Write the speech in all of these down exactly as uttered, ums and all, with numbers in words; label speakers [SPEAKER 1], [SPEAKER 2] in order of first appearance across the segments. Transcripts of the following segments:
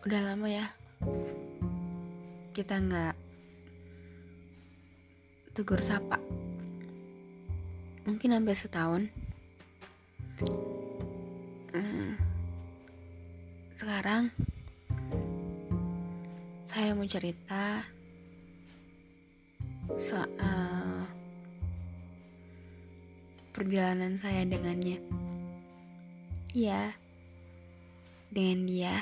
[SPEAKER 1] Udah lama ya kita nggak tegur sapa. Mungkin sampai setahun. Hmm, sekarang saya mau cerita soal perjalanan saya dengannya. Iya, dengan dia.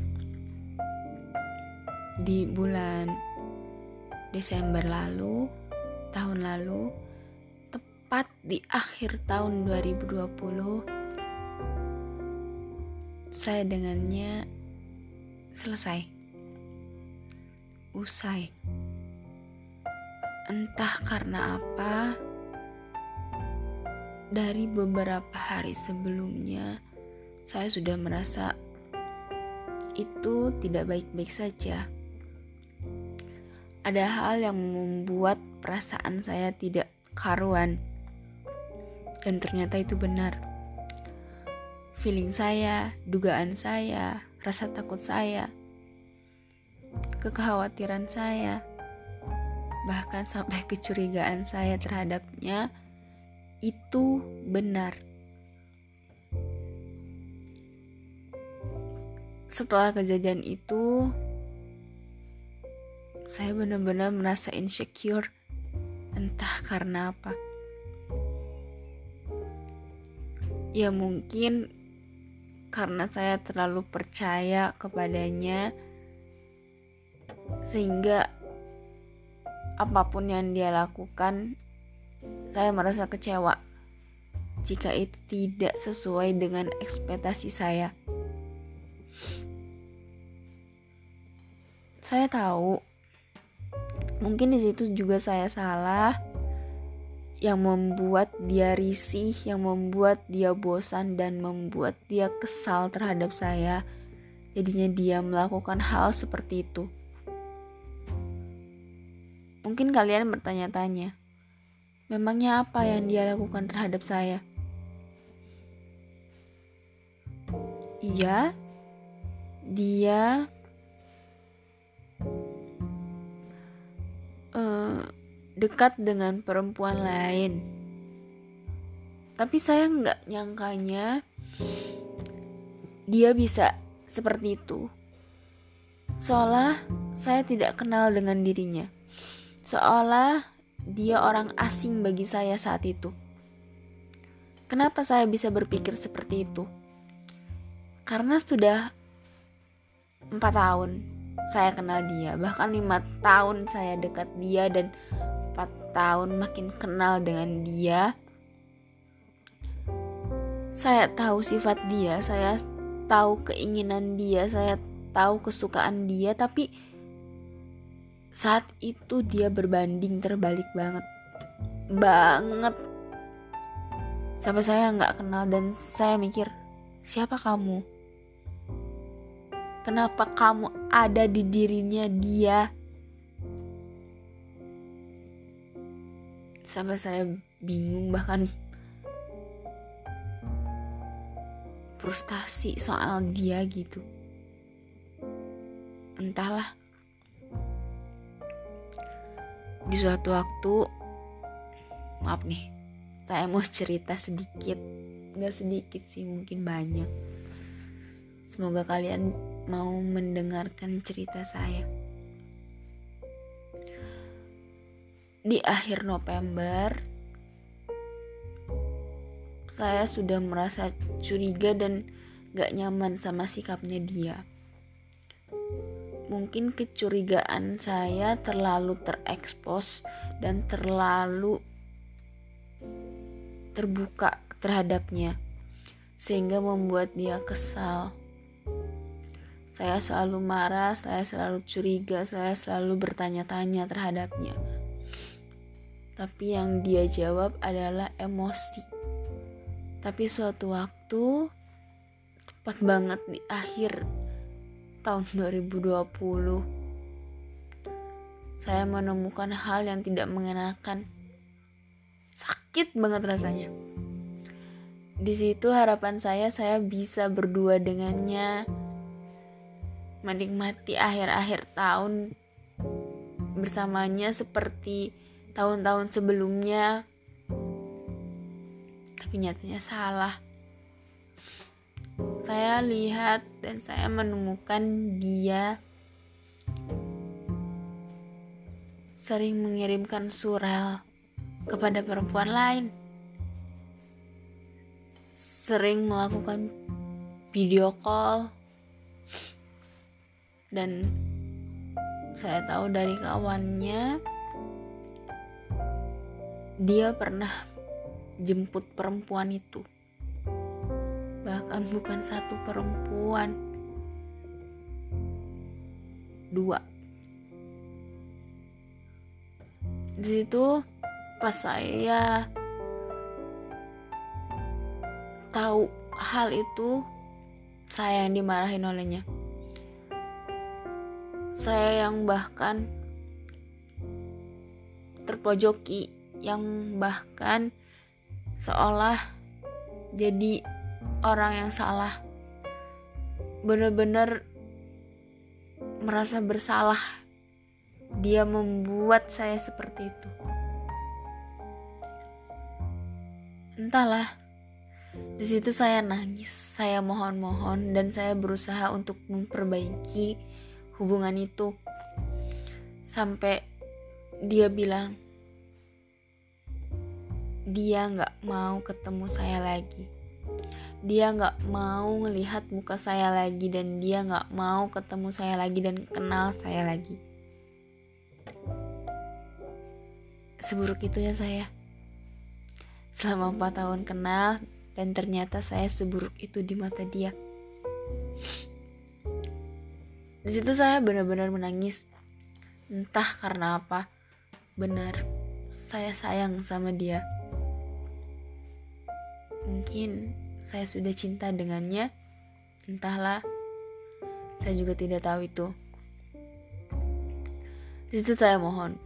[SPEAKER 1] Di bulan Desember lalu, tahun lalu, tepat di akhir tahun dua ribu dua puluh, saya dengannya selesai. Usai. Entah karena apa, dari beberapa hari sebelumnya, saya sudah merasa itu tidak baik-baik saja. Ada hal yang membuat perasaan saya tidak karuan. Dan ternyata itu benar. Feeling saya, dugaan saya, rasa takut saya, kekhawatiran saya, bahkan sampai kecurigaan saya terhadapnya itu benar. Setelah kejadian itu, saya benar-benar merasa insecure, entah karena apa. Ya mungkin karena saya terlalu percaya kepadanya, sehingga apapun yang dia lakukan, saya merasa kecewa jika itu tidak sesuai dengan ekspektasi saya. Saya tahu mungkin di situ juga saya salah, yang membuat dia risih, yang membuat dia bosan dan membuat dia kesal terhadap saya. Jadinya dia melakukan hal seperti itu. Mungkin kalian bertanya-tanya, memangnya apa yang dia lakukan terhadap saya? Iya, dia uh, dekat dengan perempuan lain. Tapi saya nggak nyangkanya dia bisa seperti itu. Seolah saya tidak kenal dengan dirinya. Seolah dia orang asing bagi saya saat itu. Kenapa saya bisa berpikir seperti itu? Karena sudah empat tahun saya kenal dia, bahkan lima tahun saya dekat dia dan empat tahun makin kenal dengan dia. Saya tahu sifat dia, saya tahu keinginan dia, saya tahu kesukaan dia, tapi saat itu dia berbanding terbalik banget. Banget. Sampai saya gak kenal dan saya mikir, siapa kamu? Kenapa kamu ada di dirinya dia? Sampai saya bingung, bahkan frustasi soal dia gitu. Entahlah. Di suatu waktu, maaf nih, saya mau cerita sedikit. Gak sedikit sih, mungkin banyak. Semoga kalian mau mendengarkan cerita saya. Di akhir November, saya sudah merasa curiga dan gak nyaman sama sikapnya dia. Mungkin kecurigaan saya terlalu terekspos dan terlalu terbuka terhadapnya, sehingga membuat dia kesal. Saya selalu marah, saya selalu curiga, saya selalu bertanya-tanya terhadapnya. Tapi yang dia jawab adalah emosi. Tapi suatu waktu, tepat banget di akhir tahun dua ribu dua puluh, saya menemukan hal yang tidak mengenakan. Sakit banget rasanya. Di situ harapan saya, saya bisa berdua dengannya, menikmati akhir-akhir tahun bersamanya seperti tahun-tahun sebelumnya. Tapi nyatanya salah. Saya lihat dan saya menemukan dia sering mengirimkan surel kepada perempuan lain, sering melakukan video call, dan saya tahu dari kawannya dia pernah jemput perempuan itu, bahkan bukan satu perempuan, dua. Di situ pas saya tahu hal itu, saya yang dimarahin olehnya. Saya yang bahkan terpojoki, yang bahkan seolah jadi orang yang salah. Benar-benar merasa bersalah. Dia membuat saya seperti itu. Entahlah. Di situ saya nangis, saya mohon-mohon, dan saya berusaha untuk memperbaiki hubungan itu. Sampai dia bilang dia gak mau ketemu saya lagi. Dia gak mau ngelihat muka saya lagi, dan dia gak mau ketemu saya lagi dan kenal saya lagi. Seburuk itu ya saya. Selama empat tahun kenal, dan ternyata saya seburuk itu di mata dia. Di situ saya benar-benar menangis. Entah karena apa. Benar, saya sayang sama dia. Mungkin saya sudah cinta dengannya. Entahlah. Saya juga tidak tahu itu. Di situ saya mohon.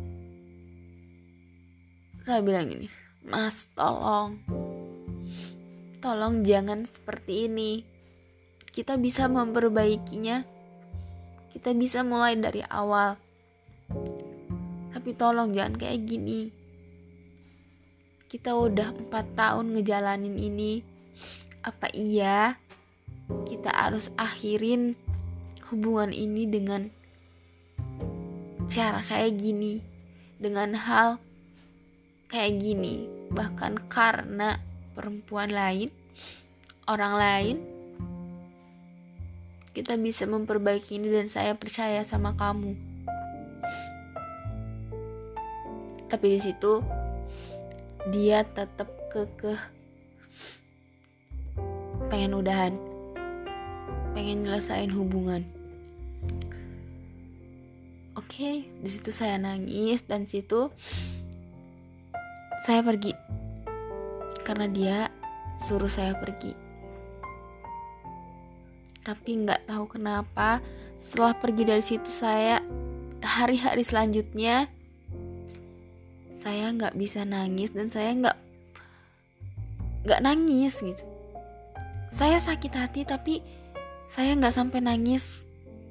[SPEAKER 1] Saya bilang gini, Mas, tolong. Tolong jangan seperti ini. Kita bisa memperbaikinya. Kita bisa mulai dari awal. Tapi tolong jangan kayak gini. Kita udah empat tahun ngejalanin ini. Apa iya kita harus akhirin hubungan ini dengan cara kayak gini, dengan hal kayak gini, bahkan karena perempuan lain, orang lain? Kita bisa memperbaiki ini, dan saya percaya sama kamu. Tapi di situ dia tetap kekeh pengen udahan, pengen nyelesain hubungan. Oke, di situ saya nangis, dan situ saya pergi karena dia suruh saya pergi. Tapi nggak tahu kenapa setelah pergi dari situ, saya hari-hari selanjutnya saya nggak bisa nangis, dan saya nggak nggak nangis gitu. Saya sakit hati, tapi saya nggak sampai nangis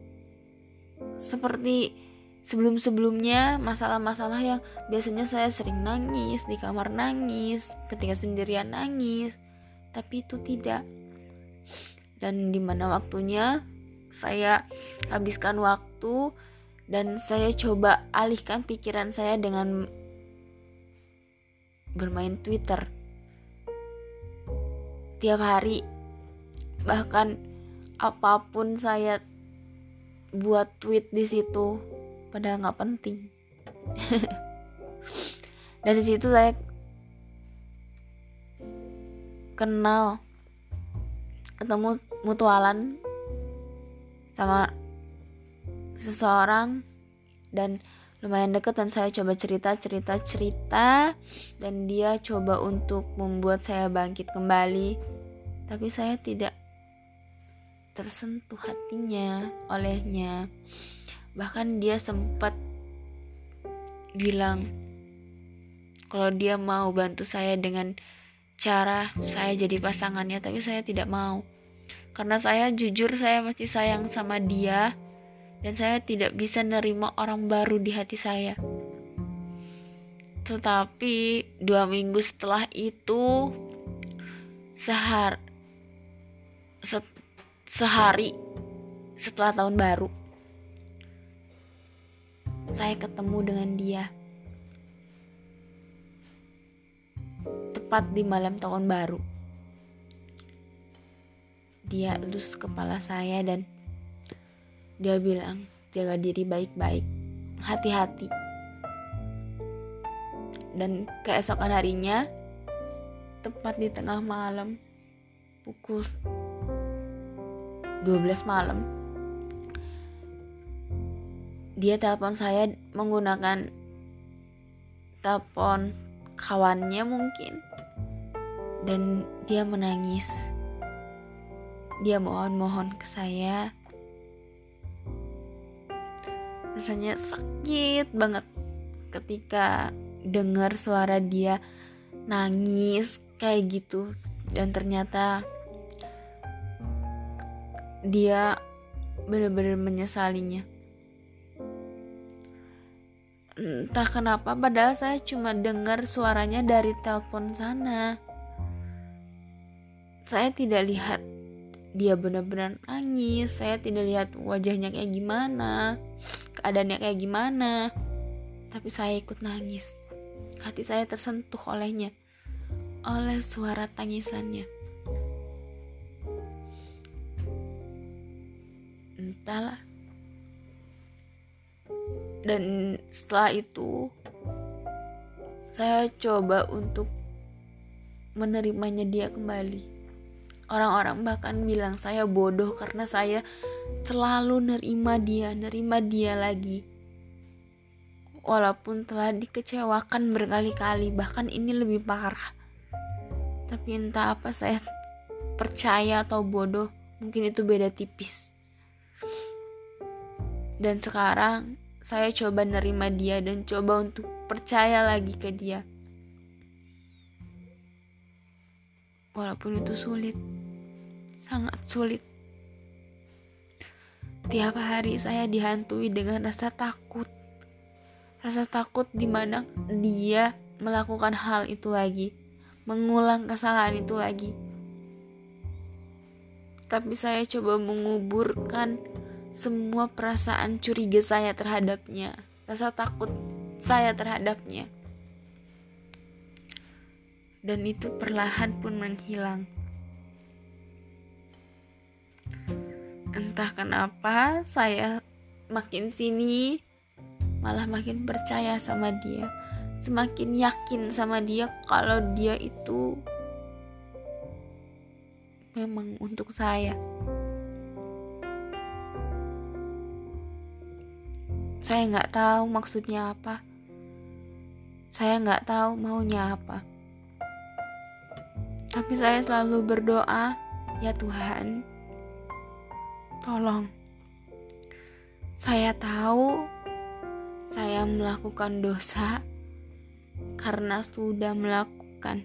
[SPEAKER 1] seperti sebelum-sebelumnya. Masalah-masalah yang biasanya saya sering nangis, di kamar nangis, ketika sendirian nangis, tapi itu tidak. Dan di mana waktunya saya habiskan waktu, dan saya coba alihkan pikiran saya dengan bermain Twitter tiap hari. Bahkan apapun saya buat tweet di situ, padahal nggak penting. Dan di situ saya kenal, ketemu mutualan sama seseorang, dan lumayan dekat, dan saya coba cerita cerita cerita dan dia coba untuk membuat saya bangkit kembali, tapi saya tidak tersentuh hatinya olehnya. Bahkan dia sempat bilang kalau dia mau bantu saya dengan cara saya jadi pasangannya, tapi saya tidak mau. Karena saya jujur saya masih sayang sama dia, dan saya tidak bisa nerima orang baru di hati saya. Tetapi dua minggu setelah itu, sehar, se, sehari setelah tahun baru, saya ketemu dengan dia. Tepat di malam tahun baru. Dia elus kepala saya dan dia bilang, jaga diri baik-baik, hati-hati. Dan keesokan harinya, tepat di tengah malam, pukul dua belas malam, dia telepon saya menggunakan telepon kawannya mungkin. Dan dia menangis. Dia mohon-mohon ke saya. Rasanya sakit banget ketika dengar suara dia nangis kayak gitu. Dan ternyata dia benar-benar menyesalinya. Entah kenapa, padahal saya cuma dengar suaranya dari telepon sana. Saya tidak lihat dia benar-benar nangis, saya tidak lihat wajahnya kayak gimana, keadaannya kayak gimana, tapi saya ikut nangis. Hati saya tersentuh olehnya, oleh suara tangisannya. Entahlah. Dan setelah itu saya coba untuk menerimanya dia kembali. Orang-orang bahkan bilang saya bodoh karena saya selalu nerima dia, nerima dia lagi. Walaupun telah dikecewakan berkali-kali, bahkan ini lebih parah. Tapi entah apa, saya percaya atau bodoh, mungkin itu beda tipis. Dan sekarang saya coba nerima dia dan coba untuk percaya lagi ke dia. Walaupun itu sulit. Sangat sulit. Tiap hari saya dihantui dengan rasa takut. Rasa takut di mana dia melakukan hal itu lagi, mengulang kesalahan itu lagi. Tapi saya coba menguburkan semua perasaan curiga saya terhadapnya, rasa takut saya terhadapnya. Dan itu perlahan pun menghilang. Entah kenapa saya makin sini malah makin percaya sama dia, semakin yakin sama dia kalau dia itu memang untuk saya. Saya nggak tahu maksudnya apa, saya nggak tahu maunya apa, tapi saya selalu berdoa, ya Tuhan, tolong. Saya tahu saya melakukan dosa karena sudah melakukan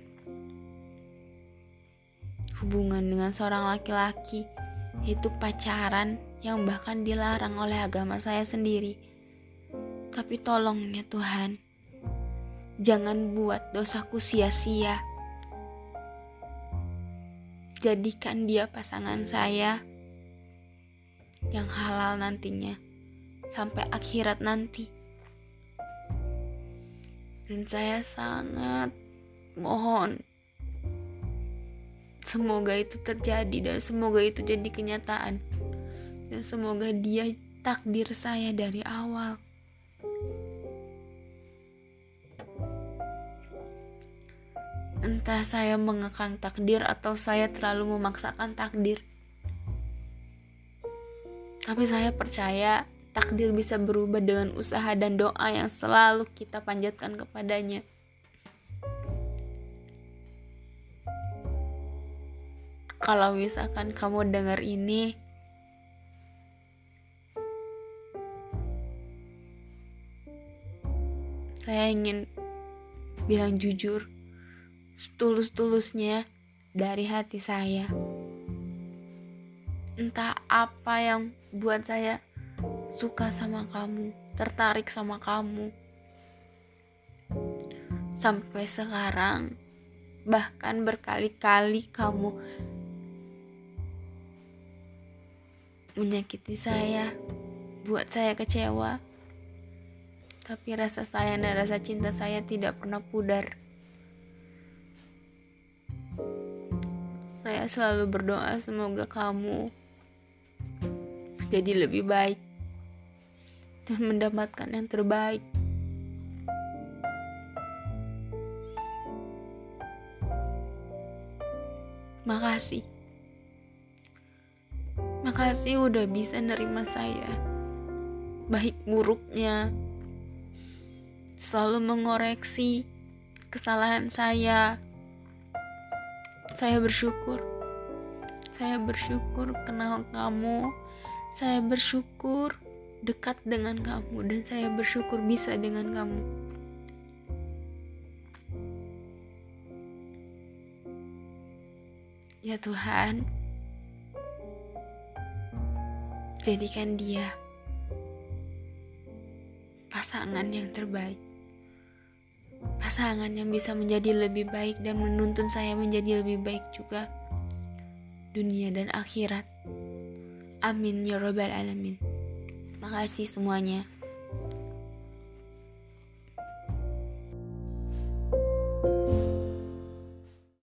[SPEAKER 1] hubungan dengan seorang laki-laki, yaitu pacaran yang bahkan dilarang oleh agama saya sendiri. Tapi tolong ya Tuhan, jangan buat dosaku sia-sia. Jadikan dia pasangan saya yang halal nantinya sampai akhirat nanti. Dan saya sangat mohon semoga itu terjadi dan semoga itu jadi kenyataan. Dan semoga dia takdir saya dari awal. Entah saya mengekang takdir atau saya terlalu memaksakan takdir. Tapi saya percaya takdir bisa berubah dengan usaha dan doa yang selalu kita panjatkan kepadanya. Kalau misalkan kamu dengar ini, saya ingin bilang jujur, setulus-tulusnya dari hati saya. Entah apa yang buat saya suka sama kamu, tertarik sama kamu. Sampai sekarang, bahkan berkali-kali kamu menyakiti saya, buat saya kecewa. Tapi rasa sayang dan rasa cinta saya tidak pernah pudar. Saya selalu berdoa semoga kamu menjadi lebih baik dan mendapatkan yang terbaik. Makasih. Makasih udah bisa nerima saya. Baik buruknya. Selalu mengoreksi kesalahan saya. Saya bersyukur. Saya bersyukur kenal kamu. Saya bersyukur dekat dengan kamu. Dan saya bersyukur bisa dengan kamu. Ya Tuhan, jadikan dia pasangan yang terbaik. Pasangan yang bisa menjadi lebih baik dan menuntun saya menjadi lebih baik juga. Dunia dan akhirat. Amin ya rabbal alamin. Makasih semuanya.